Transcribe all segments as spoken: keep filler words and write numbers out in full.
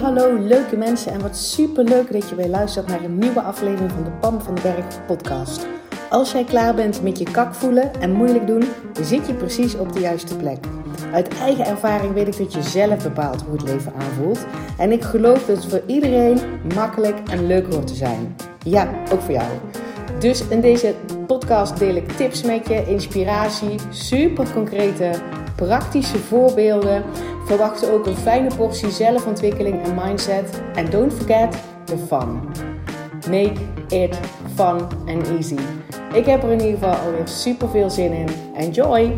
hallo leuke mensen en wat super leuk dat je weer luistert naar een nieuwe aflevering van de Pam van den Berg podcast. Als jij klaar bent met je kak voelen en moeilijk doen, dan zit je precies op de juiste plek. Uit eigen ervaring weet ik dat je zelf bepaalt hoe het leven aanvoelt. En ik geloof dat het voor iedereen makkelijk en leuk hoort te zijn. Ja, ook voor jou. Dus in deze podcast deel ik tips met je, inspiratie, super concrete, praktische voorbeelden. Verwacht ook een fijne portie zelfontwikkeling en mindset. En don't forget the fun. Make it fun and easy. Ik heb er in ieder geval alweer super veel zin in. Enjoy!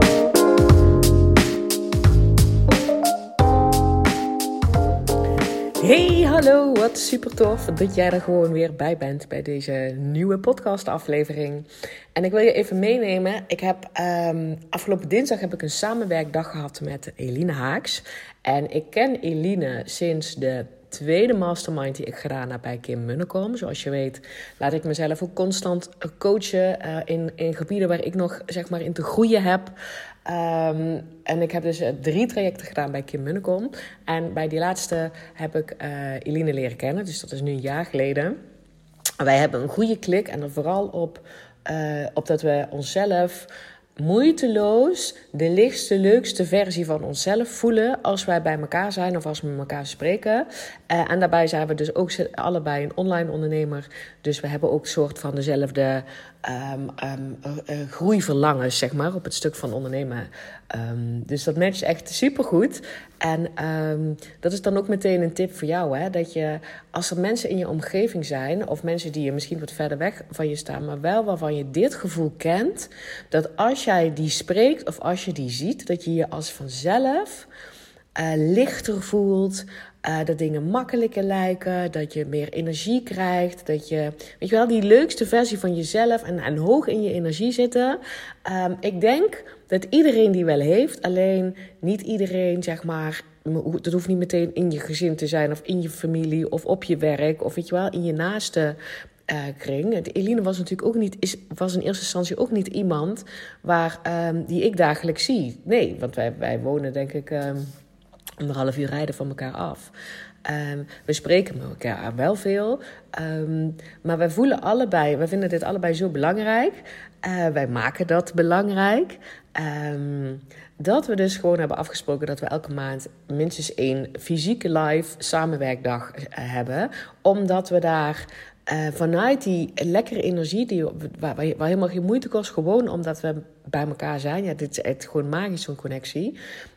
Hey, hallo, wat super tof dat jij er gewoon weer bij bent bij deze nieuwe podcast aflevering. En ik wil je even meenemen. Ik heb um, afgelopen dinsdag heb ik een samenwerkdag gehad met Eline Haaks. En ik ken Eline sinds de tweede mastermind die ik gedaan heb bij Kim Munnekom. Zoals je weet laat ik mezelf ook constant coachen uh, in, in gebieden waar ik nog zeg maar in te groeien heb. Um, en ik heb dus uh, drie trajecten gedaan bij Kim Munnekom. En bij die laatste heb ik uh, Eline leren kennen. Dus dat is nu een jaar geleden. Wij hebben een goede klik en er vooral op, uh, op dat we onszelf moeiteloos de lichtste, leukste versie van onszelf voelen als wij bij elkaar zijn of als we met elkaar spreken. Uh, en daarbij zijn we dus ook allebei een online ondernemer. Dus we hebben ook een soort van dezelfde um, um, uh, uh, groeiverlangens, zeg maar, op het stuk van ondernemen. Um, dus dat matcht echt supergoed. En um, dat is dan ook meteen een tip voor jou, hè? Dat je, als er mensen in je omgeving zijn, of mensen die je misschien wat verder weg van je staan, maar wel waarvan je dit gevoel kent, dat als jij die spreekt of als je die ziet, dat je je als vanzelf uh, lichter voelt, Uh, dat dingen makkelijker lijken, dat je meer energie krijgt, dat je, weet je wel, die leukste versie van jezelf en, en hoog in je energie zitten. Um, ik denk dat iedereen die wel heeft, alleen niet iedereen, zeg maar, dat hoeft niet meteen in je gezin te zijn of in je familie of op je werk of weet je wel, in je naaste Uh, kring. De Eline was natuurlijk ook niet, is, was in eerste instantie ook niet iemand waar, um, die ik dagelijks zie. Nee, want wij, wij wonen denk ik Um, anderhalf uur rijden van elkaar af. Um, we spreken met elkaar wel veel. Um, maar wij voelen allebei, wij vinden dit allebei zo belangrijk. Uh, wij maken dat belangrijk. Um, dat we dus gewoon hebben afgesproken dat we elke maand minstens één fysieke live samenwerkdag uh, hebben. Omdat we daar Uh, vanuit die lekkere energie, die, waar, waar helemaal geen moeite kost, gewoon omdat we bij elkaar zijn. Ja, dit is echt gewoon magisch, zo'n connectie.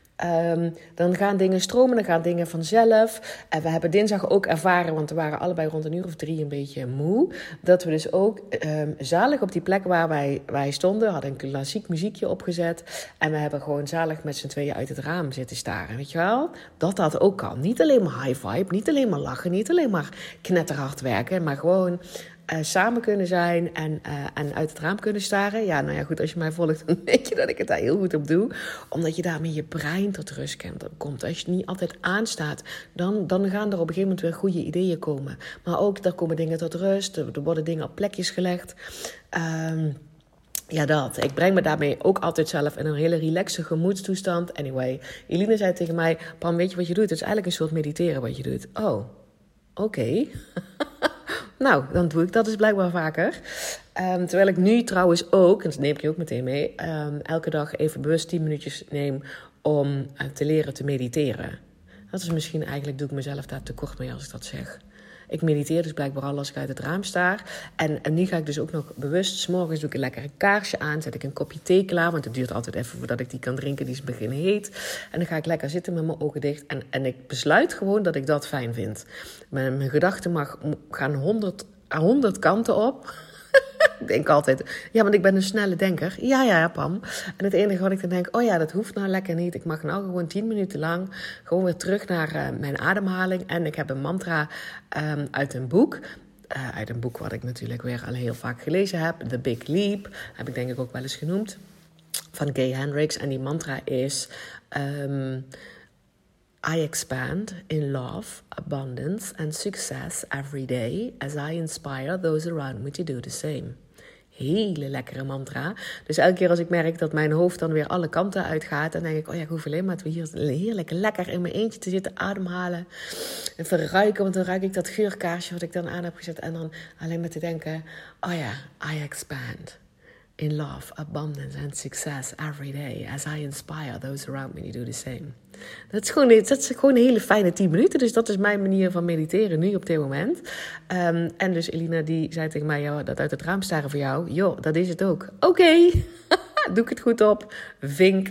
Um, dan gaan dingen stromen, dan gaan dingen vanzelf. En we hebben dinsdag ook ervaren, want we waren allebei rond een uur of drie een beetje moe, dat we dus ook um, zalig op die plek waar wij, wij stonden, hadden een klassiek muziekje opgezet. En we hebben gewoon zalig met z'n tweeën uit het raam zitten staren, weet je wel? Dat dat ook kan. Niet alleen maar high vibe, niet alleen maar lachen, niet alleen maar knetterhard werken, maar gewoon Uh, samen kunnen zijn en, uh, en uit het raam kunnen staren. Ja, nou ja, goed, als je mij volgt, dan weet je dat ik het daar heel goed op doe. Omdat je daarmee je brein tot rust komt. Als je het niet altijd aanstaat, dan, dan gaan er op een gegeven moment weer goede ideeën komen. Maar ook, daar komen dingen tot rust, er worden dingen op plekjes gelegd. Um, Ja, dat. Ik breng me daarmee ook altijd zelf in een hele relaxe gemoedstoestand. Anyway, Eline zei tegen mij, Pam, weet je wat je doet? Het is eigenlijk een soort mediteren wat je doet. Oh, oké. Okay. Nou, dan doe ik dat dus blijkbaar vaker. Um, terwijl ik nu trouwens ook, en dat neem ik je ook meteen mee, um, elke dag even bewust tien minuutjes neem om uh, te leren te mediteren. Dat is misschien, eigenlijk doe ik mezelf daar tekort mee als ik dat zeg. Ik mediteer dus blijkbaar al als ik uit het raam staar. En, en nu ga ik dus ook nog bewust, 's morgens doe ik een lekker een kaarsje aan, zet ik een kopje thee klaar, want het duurt altijd even voordat ik die kan drinken, die is begin heet. En dan ga ik lekker zitten met mijn ogen dicht en, en ik besluit gewoon dat ik dat fijn vind. Mijn, mijn gedachten mag gaan honderd, honderd kanten op. Ik denk altijd, ja, want ik ben een snelle denker. Ja, ja, ja, Pam. En het enige wat ik dan denk, oh ja, dat hoeft nou lekker niet. Ik mag nou gewoon tien minuten lang gewoon weer terug naar uh, mijn ademhaling. En ik heb een mantra um, uit een boek. Uh, uit een boek wat ik natuurlijk weer al heel vaak gelezen heb. The Big Leap. Heb ik denk ik ook wel eens genoemd. Van Gay Hendricks. En die mantra is Um, I expand in love, abundance and success every day as I inspire those around me to do the same. hele lekkere mantra. Dus elke keer als ik merk dat mijn hoofd dan weer alle kanten uitgaat, dan denk ik, oh ja, ik hoef alleen maar hier heerlijk lekker in mijn eentje te zitten ademhalen. En verruiken, want dan ruik ik dat geurkaarsje wat ik dan aan heb gezet. En dan alleen maar te denken, oh ja, I expand in love, abundance and success every day as I inspire those around me to do the same. Dat is gewoon, dat is gewoon een hele fijne tien minuten. Dus dat is mijn manier van mediteren nu op dit moment. Um, en dus Elina die zei tegen mij, ja, dat uit het raam staren voor jou. Joh, dat is het ook. Oké, okay. Doe ik het goed op. Vink.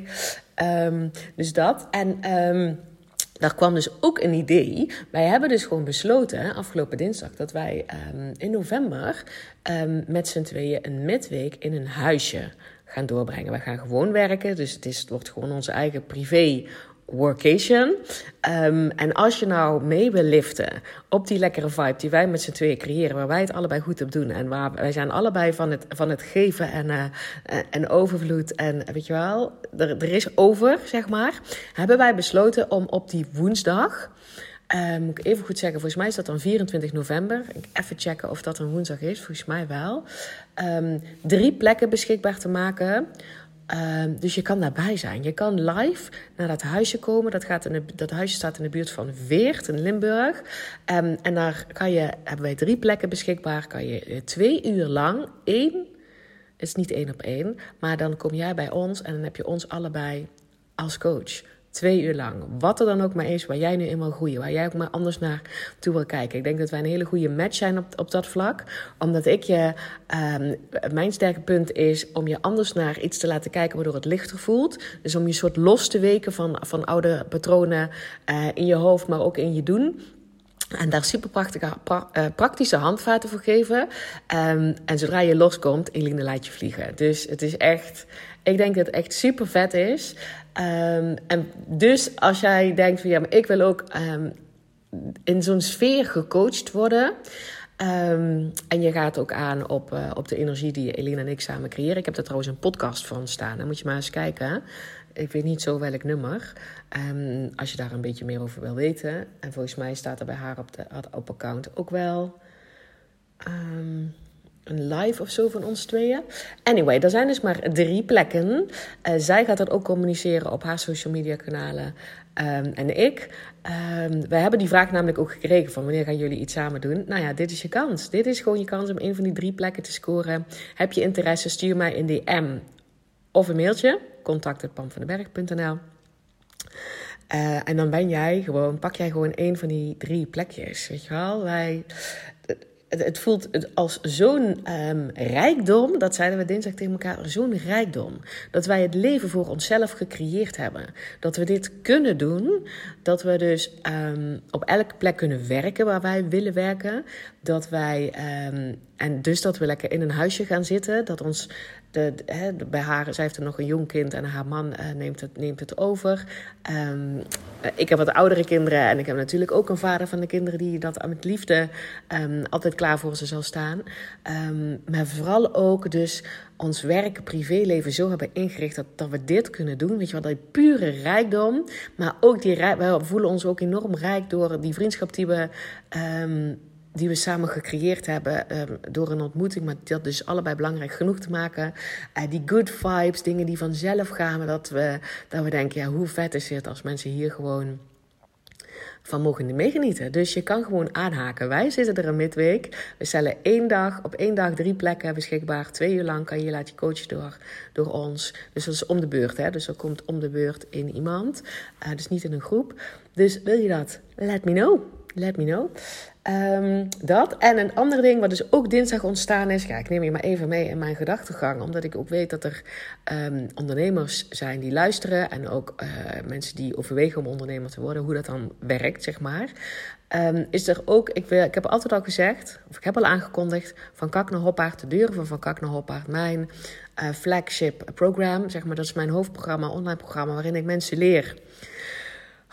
Um, dus dat. En Um, daar kwam dus ook een idee. Wij hebben dus gewoon besloten, afgelopen dinsdag, dat wij um, in november um, met z'n tweeën een midweek in een huisje gaan doorbrengen. We gaan gewoon werken, dus het, is, het wordt gewoon onze eigen privé workation. Um, en als je nou mee wil liften op die lekkere vibe die wij met z'n tweeën creëren, waar wij het allebei goed op doen en waar wij zijn allebei van het, van het geven en, uh, en overvloed en weet je wel, er, er is over, zeg maar, hebben wij besloten om op die woensdag, uh, moet ik even goed zeggen, volgens mij is dat dan vierentwintig november, even checken of dat een woensdag is, volgens mij wel, um, drie plekken beschikbaar te maken. Uh, dus je kan daarbij zijn. Je kan live naar dat huisje komen. Dat, gaat in de, dat huisje staat in de buurt van Weert in Limburg. Um, en daar kan je, hebben wij drie plekken beschikbaar. Kan je twee uur lang, één, het is niet één op één, maar dan kom jij bij ons en dan heb je ons allebei als coach. Twee uur lang. Wat er dan ook maar is, waar jij nu in wil groeien. Waar jij ook maar anders naar toe wil kijken. Ik denk dat wij een hele goede match zijn op, op dat vlak. Omdat ik je... Um, mijn sterke punt is om je anders naar iets te laten kijken waardoor het lichter voelt. Dus om je soort los te weken van, van oude patronen uh, in je hoofd, maar ook in je doen. En daar super prachtige, pra, uh, praktische handvaten voor geven. Um, en zodra je loskomt, Eline laat je vliegen. Dus het is echt... Ik denk dat het echt super vet is. Um, en dus als jij denkt van ja, maar ik wil ook um, in zo'n sfeer gecoacht worden. Um, en je gaat ook aan op, uh, op de energie die Eline en ik samen creëren. Ik heb daar trouwens een podcast van staan. Dan moet je maar eens kijken. Ik weet niet zo welk nummer. Um, als je daar een beetje meer over wil weten. En volgens mij staat er bij haar op de op account ook wel... Um, een live of zo van ons tweeën. Anyway, er zijn dus maar drie plekken. Uh, zij gaat dat ook communiceren op haar social media kanalen. Um, en ik. Um, wij hebben die vraag namelijk ook gekregen van wanneer gaan jullie iets samen doen? Nou ja, dit is je kans. Dit is gewoon je kans om een van die drie plekken te scoren. Heb je interesse, stuur mij een D M of een mailtje. contact at pam van den berg punt n l Uh, en dan ben jij gewoon, pak jij gewoon een van die drie plekjes. Weet je wel, wij... Het, het voelt als zo'n um, rijkdom, dat zeiden we dinsdag tegen elkaar, zo'n rijkdom. Dat wij het leven voor onszelf gecreëerd hebben. Dat we dit kunnen doen. Dat we dus um, op elke plek kunnen werken waar wij willen werken. Dat wij, um, en dus dat we lekker in een huisje gaan zitten. Dat ons, de, de, he, bij haar, zij heeft er nog een jong kind en haar man uh, neemt, het, neemt het over. Um, ik heb wat oudere kinderen en ik heb natuurlijk ook een vader van de kinderen die dat met liefde um, altijd klaar voor ze zal staan. Um, maar vooral ook dus ons werk, privéleven zo hebben ingericht dat, dat we dit kunnen doen. Weet je wel, die pure rijkdom. Maar ook die rijk, we voelen ons ook enorm rijk door die vriendschap die we... Um, die we samen gecreëerd hebben um, door een ontmoeting. Maar dat dus allebei belangrijk genoeg te maken. Uh, die good vibes, dingen die vanzelf gaan. Dat we, dat we denken, ja, hoe vet is het als mensen hier gewoon van mogen meegenieten. Dus je kan gewoon aanhaken. Wij zitten er een midweek. We stellen één dag, op één dag drie plekken beschikbaar. Twee uur lang kan je laten je coachen door, door ons. Dus dat is om de beurt. Hè? Dus dat komt om de beurt in iemand. Uh, dus niet in een groep. Dus wil je dat? Let me know. Let me know. Um, dat. En een ander ding wat dus ook dinsdag ontstaan is. Ja, ik neem je maar even mee in mijn gedachtegang. Omdat ik ook weet dat er um, ondernemers zijn die luisteren. En ook uh, mensen die overwegen om ondernemer te worden. Hoe dat dan werkt, zeg maar. Um, is er ook, ik, wil, ik heb altijd al gezegd, of ik heb al aangekondigd. Van Kak naar Hoppaard, de deuren van Van Kak naar Hoppaard. Mijn uh, flagship program, zeg maar. Dat is mijn hoofdprogramma, online programma. Waarin ik mensen leer...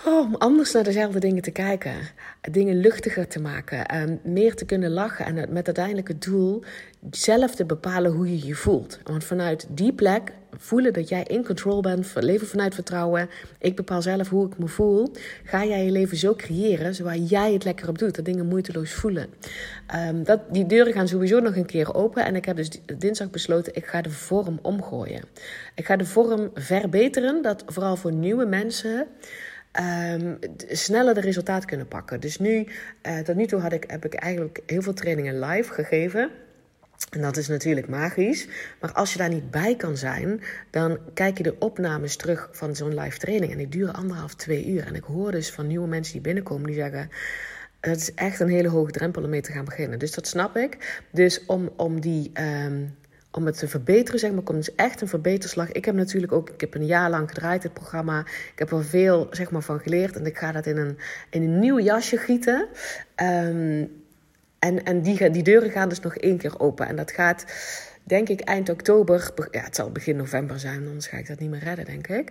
Oh, om anders naar dezelfde dingen te kijken. Dingen luchtiger te maken. Um, meer te kunnen lachen. En met uiteindelijk het doel zelf te bepalen hoe je je voelt. Want vanuit die plek voelen dat jij in control bent. Leven vanuit vertrouwen. Ik bepaal zelf hoe ik me voel. Ga jij je leven zo creëren zoals jij het lekker op doet. Dat dingen moeiteloos voelen. Um, dat, die deuren gaan sowieso nog een keer open. En ik heb dus dinsdag besloten, ik ga de vorm omgooien. Ik ga de vorm verbeteren. Dat vooral voor nieuwe mensen Um, sneller de resultaat kunnen pakken. Dus nu, uh, tot nu toe had ik, heb ik eigenlijk heel veel trainingen live gegeven. En dat is natuurlijk magisch. Maar als je daar niet bij kan zijn, dan kijk je de opnames terug van zo'n live training. En die duren anderhalf, twee uur. En ik hoor dus van nieuwe mensen die binnenkomen, die zeggen, het is echt een hele hoge drempel om mee te gaan beginnen. Dus dat snap ik. Dus om, om die... Um, Om het te verbeteren, zeg maar, komt dus echt een verbeterslag. Ik heb natuurlijk ook, ik heb een jaar lang gedraaid dit programma. Ik heb er veel, zeg maar, van geleerd. En ik ga dat in een, in een nieuw jasje gieten. Um, en en die, die deuren gaan dus nog één keer open. En dat gaat, denk ik, eind oktober. Ja, het zal begin november zijn, anders ga ik dat niet meer redden, denk ik.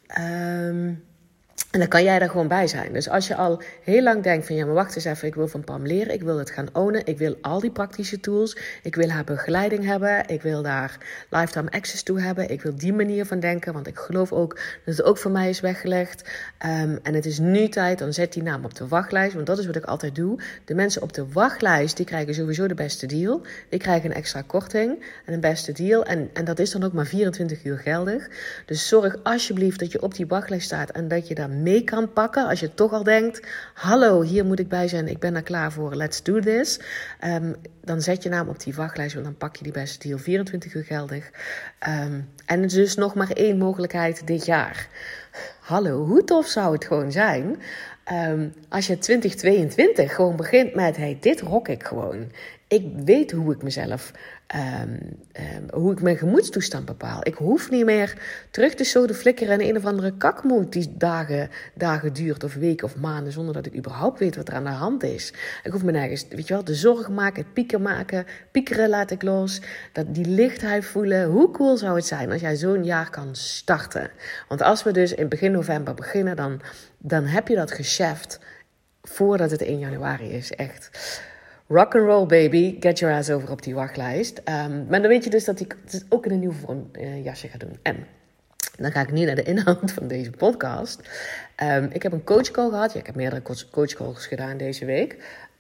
Um, En dan kan jij er gewoon bij zijn. Dus als je al heel lang denkt van, ja, maar wacht eens even, ik wil van Pam leren, ik wil het gaan ownen, ik wil al die praktische tools, ik wil haar begeleiding hebben, ik wil daar lifetime access toe hebben, ik wil die manier van denken, want ik geloof ook dat het ook voor mij is weggelegd. Um, en het is nu tijd, dan zet die naam op de wachtlijst, want dat is wat ik altijd doe. De mensen op de wachtlijst, die krijgen sowieso de beste deal. Die krijgen een extra korting en een beste deal. En, en dat is dan ook maar vierentwintig uur geldig. Dus zorg alsjeblieft dat je op die wachtlijst staat en dat je daar mee kan pakken. Als je toch al denkt, hallo, hier moet ik bij zijn, ik ben er klaar voor, let's do this. Um, dan zet je naam op die wachtlijst, want dan pak je die beste deal, vierentwintig uur geldig. Um, en het is dus nog maar één mogelijkheid dit jaar. Hallo, hoe tof zou het gewoon zijn um, als je twintig tweeëntwintig gewoon begint met, hey, dit rock ik gewoon. Ik weet hoe ik mezelf, um, um, hoe ik mijn gemoedstoestand bepaal. Ik hoef niet meer terug te zoden flikkeren in een of andere kakmoed die dagen, dagen duurt of weken of maanden zonder dat ik überhaupt weet wat er aan de hand is. Ik hoef me nergens, weet je wel, de zorgen maken, het pieken maken, piekeren laat ik los, dat die lichtheid voelen. Hoe cool zou het zijn als jij zo'n jaar kan starten? Want als we dus in begin november beginnen, dan, dan heb je dat geschäft voordat het één januari is, echt. Rock and roll, baby. Get your ass over op die wachtlijst. Um, maar dan weet je dus dat ik het ook in een nieuw vorm uh, jasje ga doen. En dan ga ik nu naar de inhoud van deze podcast. Um, ik heb een coachcall gehad. Ja, ik heb meerdere coachcalls gedaan deze week.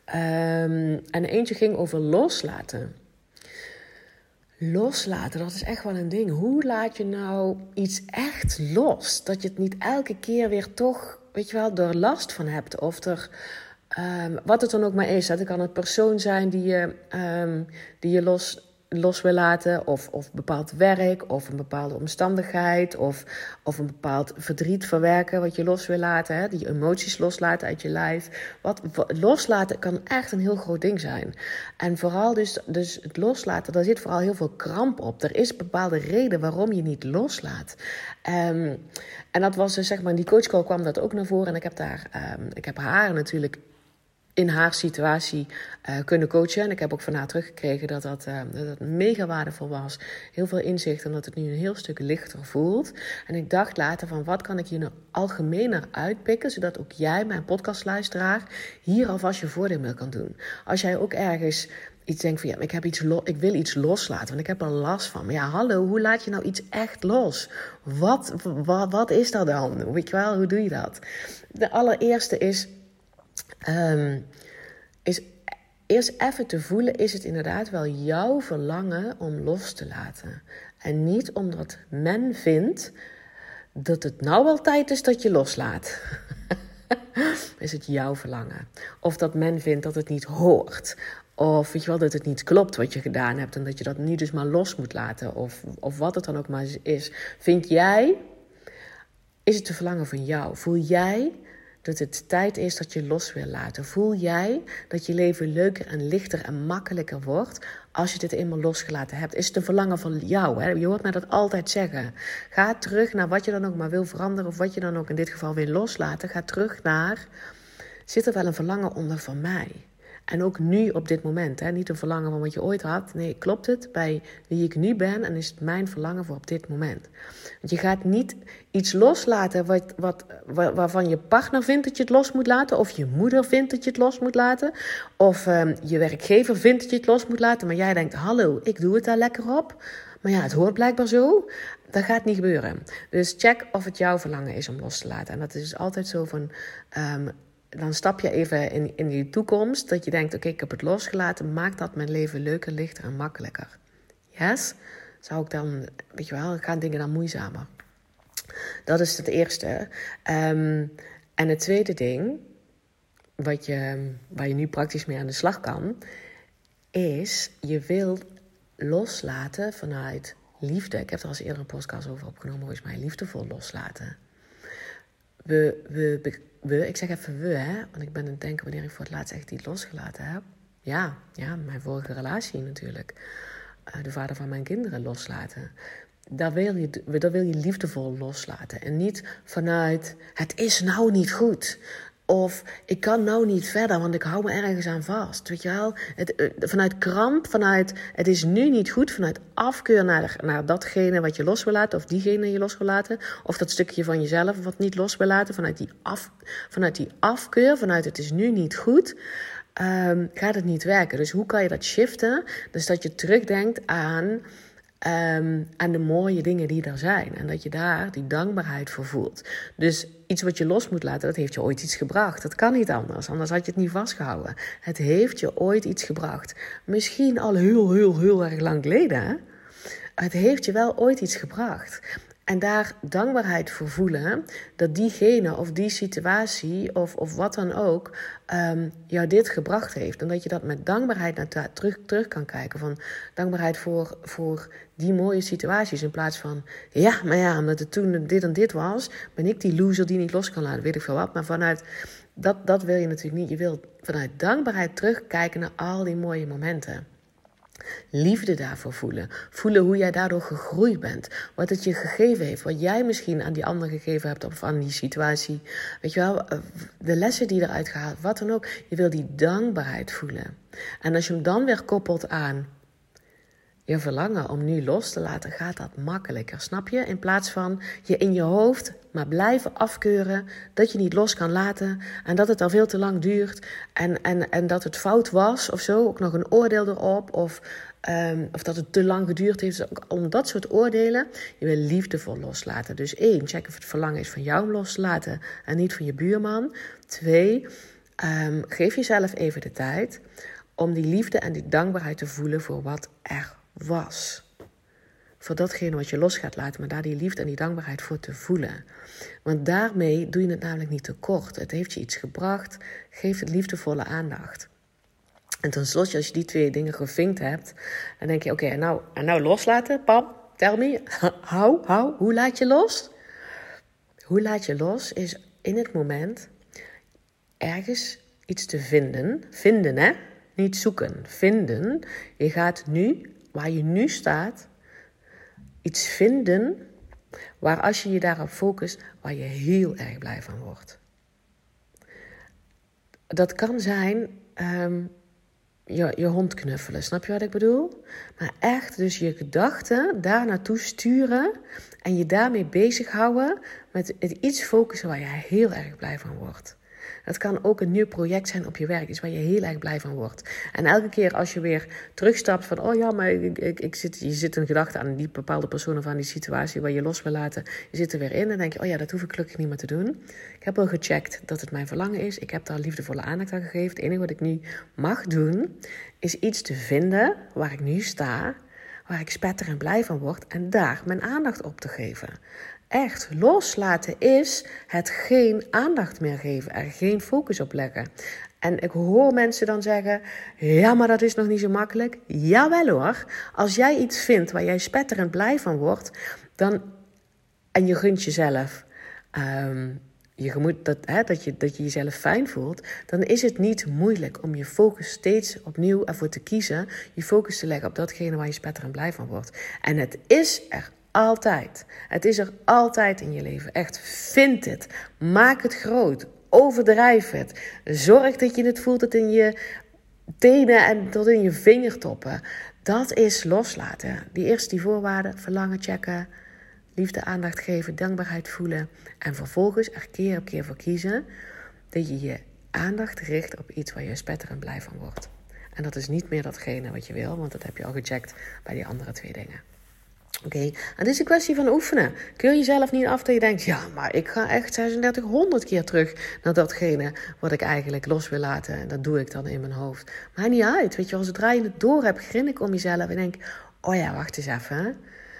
Um, en eentje ging over loslaten. Loslaten, dat is echt wel een ding. Hoe laat je nou iets echt los? Dat je het niet elke keer weer toch, weet je wel, er last van hebt. Of er... Um, wat het dan ook maar is. Het kan een persoon zijn die je, um, die je los, los wil laten. Of, of bepaald werk. Of een bepaalde omstandigheid. Of, of een bepaald verdriet verwerken wat je los wil laten. Hè? Die emoties loslaten uit je lijf. Wat, wat, loslaten kan echt een heel groot ding zijn. En vooral dus, dus het loslaten. Daar zit vooral heel veel kramp op. Er is een bepaalde reden waarom je niet loslaat. Um, en dat was dus, zeg maar, in die coachcall kwam dat ook naar voren. En ik heb daar, um, ik heb haar natuurlijk in haar situatie uh, kunnen coachen. En ik heb ook van haar teruggekregen dat dat, uh, dat dat mega waardevol was. Heel veel inzicht en dat het nu een heel stuk lichter voelt. En ik dacht later van, wat kan ik hier nou algemener uitpikken, zodat ook jij, mijn podcastluisteraar, hier alvast je voordeel mee kan doen. Als jij ook ergens iets denkt van, ja, ik, heb iets lo- ik wil iets loslaten, want ik heb er last van. Maar ja, hallo, hoe laat je nou iets echt los? Wat, wat, wat is dat dan? Weet je wel, hoe doe je dat? De allereerste is... Um, is eerst even te voelen, is het inderdaad wel jouw verlangen om los te laten. En niet omdat men vindt dat het nou wel tijd is dat je loslaat. Is het jouw verlangen. Of dat men vindt dat het niet hoort. Of weet je wel, dat het niet klopt wat je gedaan hebt. En dat je dat nu dus maar los moet laten. Of, of wat het dan ook maar is. Vind jij, is het een verlangen van jou? Voel jij dat het tijd is dat je los wil laten? Voel jij dat je leven leuker en lichter en makkelijker wordt als je dit eenmaal losgelaten hebt? Is het een verlangen van jou? Hè? Je hoort mij dat altijd zeggen. Ga terug naar wat je dan ook maar wil veranderen of wat je dan ook in dit geval wil loslaten. Ga terug naar, zit er wel een verlangen onder van mij? En ook nu op dit moment. Hè? Niet een verlangen van wat je ooit had. Nee, klopt het bij wie ik nu ben en is het mijn verlangen voor op dit moment. Want je gaat niet iets loslaten wat, wat, waarvan je partner vindt dat je het los moet laten. Of je moeder vindt dat je het los moet laten. Of um, je werkgever vindt dat je het los moet laten. Maar jij denkt, hallo, ik doe het daar lekker op. Maar ja, het hoort blijkbaar zo. Dat gaat niet gebeuren. Dus check of het jouw verlangen is om los te laten. En dat is dus altijd zo van... Um, dan stap je even in, in die toekomst. Dat je denkt, oké, okay, ik heb het losgelaten. Maakt dat mijn leven leuker, lichter en makkelijker? Yes? Zou ik dan, weet je wel, gaan dingen dan moeizamer? Dat is het eerste. Um, en het tweede ding... Wat je, waar je nu praktisch mee aan de slag kan... is, je wil loslaten vanuit liefde. Ik heb er al eens eerder een podcast over opgenomen, volgens mij, liefdevol loslaten. We, we, we, ik zeg even we, hè, want ik ben aan het denken wanneer ik voor het laatst echt iets losgelaten heb. Ja, ja, mijn vorige relatie natuurlijk. Uh, de vader van mijn kinderen loslaten. Daar wil je, daar wil je liefdevol loslaten. En niet vanuit, het is nou niet goed. Of ik kan nou niet verder, want ik hou me ergens aan vast. Weet je wel? Het, vanuit kramp, vanuit het is nu niet goed, vanuit afkeur naar, naar datgene wat je los wil laten, of diegene je los wil laten, of dat stukje van jezelf wat niet los wil laten, vanuit die, af, vanuit die afkeur, vanuit het is nu niet goed, um, gaat het niet werken. Dus hoe kan je dat shiften? Dus dat je terugdenkt aan... Um, aan de mooie dingen die er zijn. En dat je daar die dankbaarheid voor voelt. Dus iets wat je los moet laten, dat heeft je ooit iets gebracht. Dat kan niet anders, anders had je het niet vastgehouden. Het heeft je ooit iets gebracht. Misschien al heel, heel, heel erg lang geleden. Hè? Het heeft je wel ooit iets gebracht. En daar dankbaarheid voor voelen, dat diegene of die situatie of, of wat dan ook um, jou dit gebracht heeft. En dat je dat met dankbaarheid naar terug, terug kan kijken. Van dankbaarheid voor, voor die mooie situaties in plaats van... Ja, maar ja, omdat het toen dit en dit was, ben ik die loser die niet los kan laten, weet ik veel wat. Maar vanuit, dat, dat wil je natuurlijk niet. Je wilt vanuit dankbaarheid terugkijken naar al die mooie momenten. Liefde daarvoor voelen. Voelen hoe jij daardoor gegroeid bent. Wat het je gegeven heeft. Wat jij misschien aan die ander gegeven hebt of aan die situatie. Weet je wel, de lessen die eruit gehaald. Wat dan ook. Je wil die dankbaarheid voelen. En als je hem dan weer koppelt aan je verlangen om nu los te laten, gaat dat makkelijker. Snap je? In plaats van je in je hoofd maar blijven afkeuren dat je niet los kan laten en dat het al veel te lang duurt en, en, en dat het fout was of zo. Ook nog een oordeel erop of, um, of dat het te lang geduurd heeft. Dus om dat soort oordelen, je wil liefdevol loslaten. Dus één, check of het verlangen is van jou om los te laten en niet van je buurman. Twee, um, geef jezelf even de tijd om die liefde en die dankbaarheid te voelen voor wat er was. Voor datgene wat je los gaat laten, maar daar die liefde en die dankbaarheid voor te voelen. Want daarmee doe je het namelijk niet tekort. Het heeft je iets gebracht. Geef het liefdevolle aandacht. En tenslotte, als je die twee dingen gevinkt hebt, dan denk je, oké, okay, en, nou, en nou loslaten, pam, tell me, hou, hou, hoe laat je los? Hoe laat je los is in het moment ergens iets te vinden. Vinden, hè? Niet zoeken, vinden. Je gaat nu, waar je nu staat, iets vinden waar als je je daarop focust, waar je heel erg blij van wordt. Dat kan zijn um, je, je hond knuffelen, snap je wat ik bedoel? Maar echt dus je gedachten daar naartoe sturen en je daarmee bezighouden met het iets focussen waar je heel erg blij van wordt. Het kan ook een nieuw project zijn op je werk, iets waar je heel erg blij van wordt. En elke keer als je weer terugstapt van, oh ja, maar ik, ik, ik zit, je zit een gedachte aan die bepaalde persoon of aan die situatie waar je los wil laten. Je zit er weer in en denk je, oh ja, dat hoef ik gelukkig niet meer te doen. Ik heb al gecheckt dat het mijn verlangen is. Ik heb daar liefdevolle aandacht aan gegeven. Het enige wat ik nu mag doen, is iets te vinden waar ik nu sta, waar ik spetter en blij van word en daar mijn aandacht op te geven. Echt, loslaten is het geen aandacht meer geven, er geen focus op leggen. En ik hoor mensen dan zeggen, ja, maar dat is nog niet zo makkelijk. Jawel hoor, als jij iets vindt waar jij spetterend blij van wordt, dan, en je gunt jezelf, um, je gemoed, dat, hè, dat, je, dat je jezelf fijn voelt, dan is het niet moeilijk om je focus steeds opnieuw ervoor te kiezen, je focus te leggen op datgene waar je spetterend blij van wordt. En het is er altijd. Het is er altijd in je leven. Echt, vind het. Maak het groot. Overdrijf het. Zorg dat je het voelt dat in je tenen en tot in je vingertoppen. Dat is loslaten. Die eerste die voorwaarden, verlangen checken, liefde, aandacht geven, dankbaarheid voelen. En vervolgens er keer op keer voor kiezen dat je je aandacht richt op iets waar je spetterend blij van wordt. En dat is niet meer datgene wat je wil, want dat heb je al gecheckt bij die andere twee dingen. Oké, okay. En het is een kwestie van oefenen. Keur jezelf niet af dat je denkt, ja, maar ik ga echt zesendertighonderd keer terug naar datgene wat ik eigenlijk los wil laten. En dat doe ik dan in mijn hoofd. Maar niet uit, weet je wel, zodra je het door hebt, grin ik om jezelf en denk, oh ja, wacht eens even.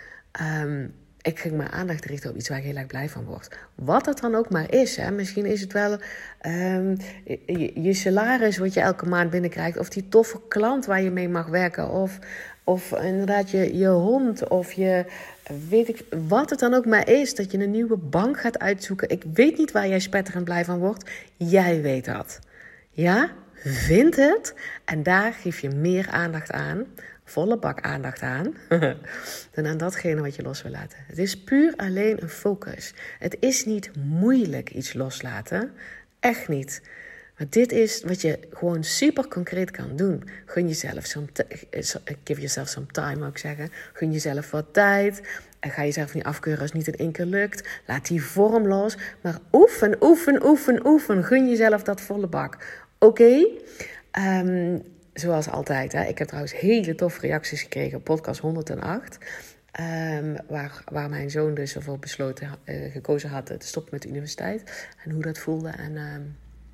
Um, ik ging mijn aandacht richten op iets waar ik heel erg blij van word. Wat het dan ook maar is. Hè. Misschien is het wel um, je, je salaris wat je elke maand binnenkrijgt. Of die toffe klant waar je mee mag werken. Of, of inderdaad je, je hond. Of je, weet ik, wat het dan ook maar is. Dat je een nieuwe bank gaat uitzoeken. Ik weet niet waar jij spetterend blij van wordt. Jij weet dat. Ja? Vind het. En daar geef je meer aandacht aan. Volle bak aandacht aan, dan aan datgene wat je los wil laten. Het is puur alleen een focus. Het is niet moeilijk iets loslaten. Echt niet. Maar dit is wat je gewoon super concreet kan doen. Gun jezelf some t- give yourself some time, moet ik zeggen. Gun jezelf wat tijd. En ga jezelf niet afkeuren als het niet in één keer lukt. Laat die vorm los. Maar oefen, oefen, oefen, oefen. Gun jezelf dat volle bak. Oké? Okay? Um, Zoals altijd. Hè. Ik heb trouwens hele toffe reacties gekregen op podcast honderdacht. Um, waar, waar mijn zoon dus ervoor besloten, uh, gekozen had te stoppen met de universiteit. En hoe dat voelde. En um,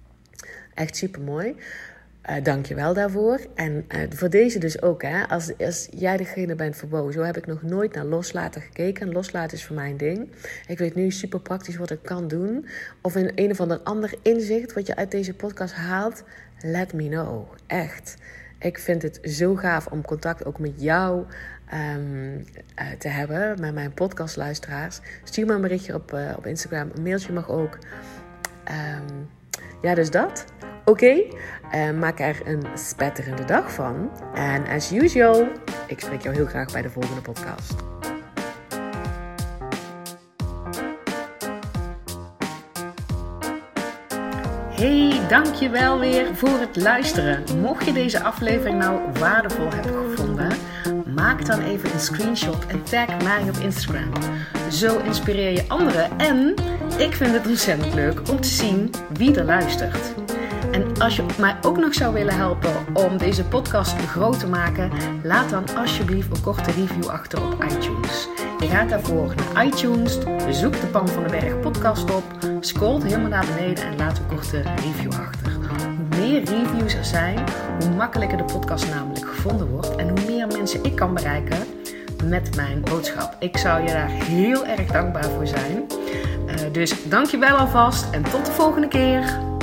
echt super mooi. Uh, Dank je wel daarvoor. En uh, voor deze dus ook. Hè. Als, als jij degene bent voor wow, zo heb ik nog nooit naar loslaten gekeken. Loslaten is voor mij een ding. Ik weet nu super praktisch wat ik kan doen. Of in een of ander ander inzicht wat je uit deze podcast haalt. Let me know. Echt. Ik vind het zo gaaf om contact ook met jou um, uh, te hebben. Met mijn podcastluisteraars. Stuur me een berichtje op, uh, op Instagram. Een mailtje mag ook. Um, ja, dus dat. Oké. Okay. Uh, maak er een spetterende dag van. En as usual, ik spreek jou heel graag bij de volgende podcast. Hey, dankjewel weer voor het luisteren. Mocht je deze aflevering nou waardevol hebben gevonden, maak dan even een screenshot en tag mij op Instagram. Zo inspireer je anderen en ik vind het ontzettend leuk om te zien wie er luistert. En als je mij ook nog zou willen helpen om deze podcast groot te maken, laat dan alsjeblieft een korte review achter op iTunes. Je gaat daarvoor naar iTunes, zoek de Pam van den Berg podcast op, scrolt helemaal naar beneden en laat een korte review achter. Hoe meer reviews er zijn, hoe makkelijker de podcast namelijk gevonden wordt en hoe meer mensen ik kan bereiken met mijn boodschap. Ik zou je daar heel erg dankbaar voor zijn. Uh, dus dank je wel alvast en tot de volgende keer.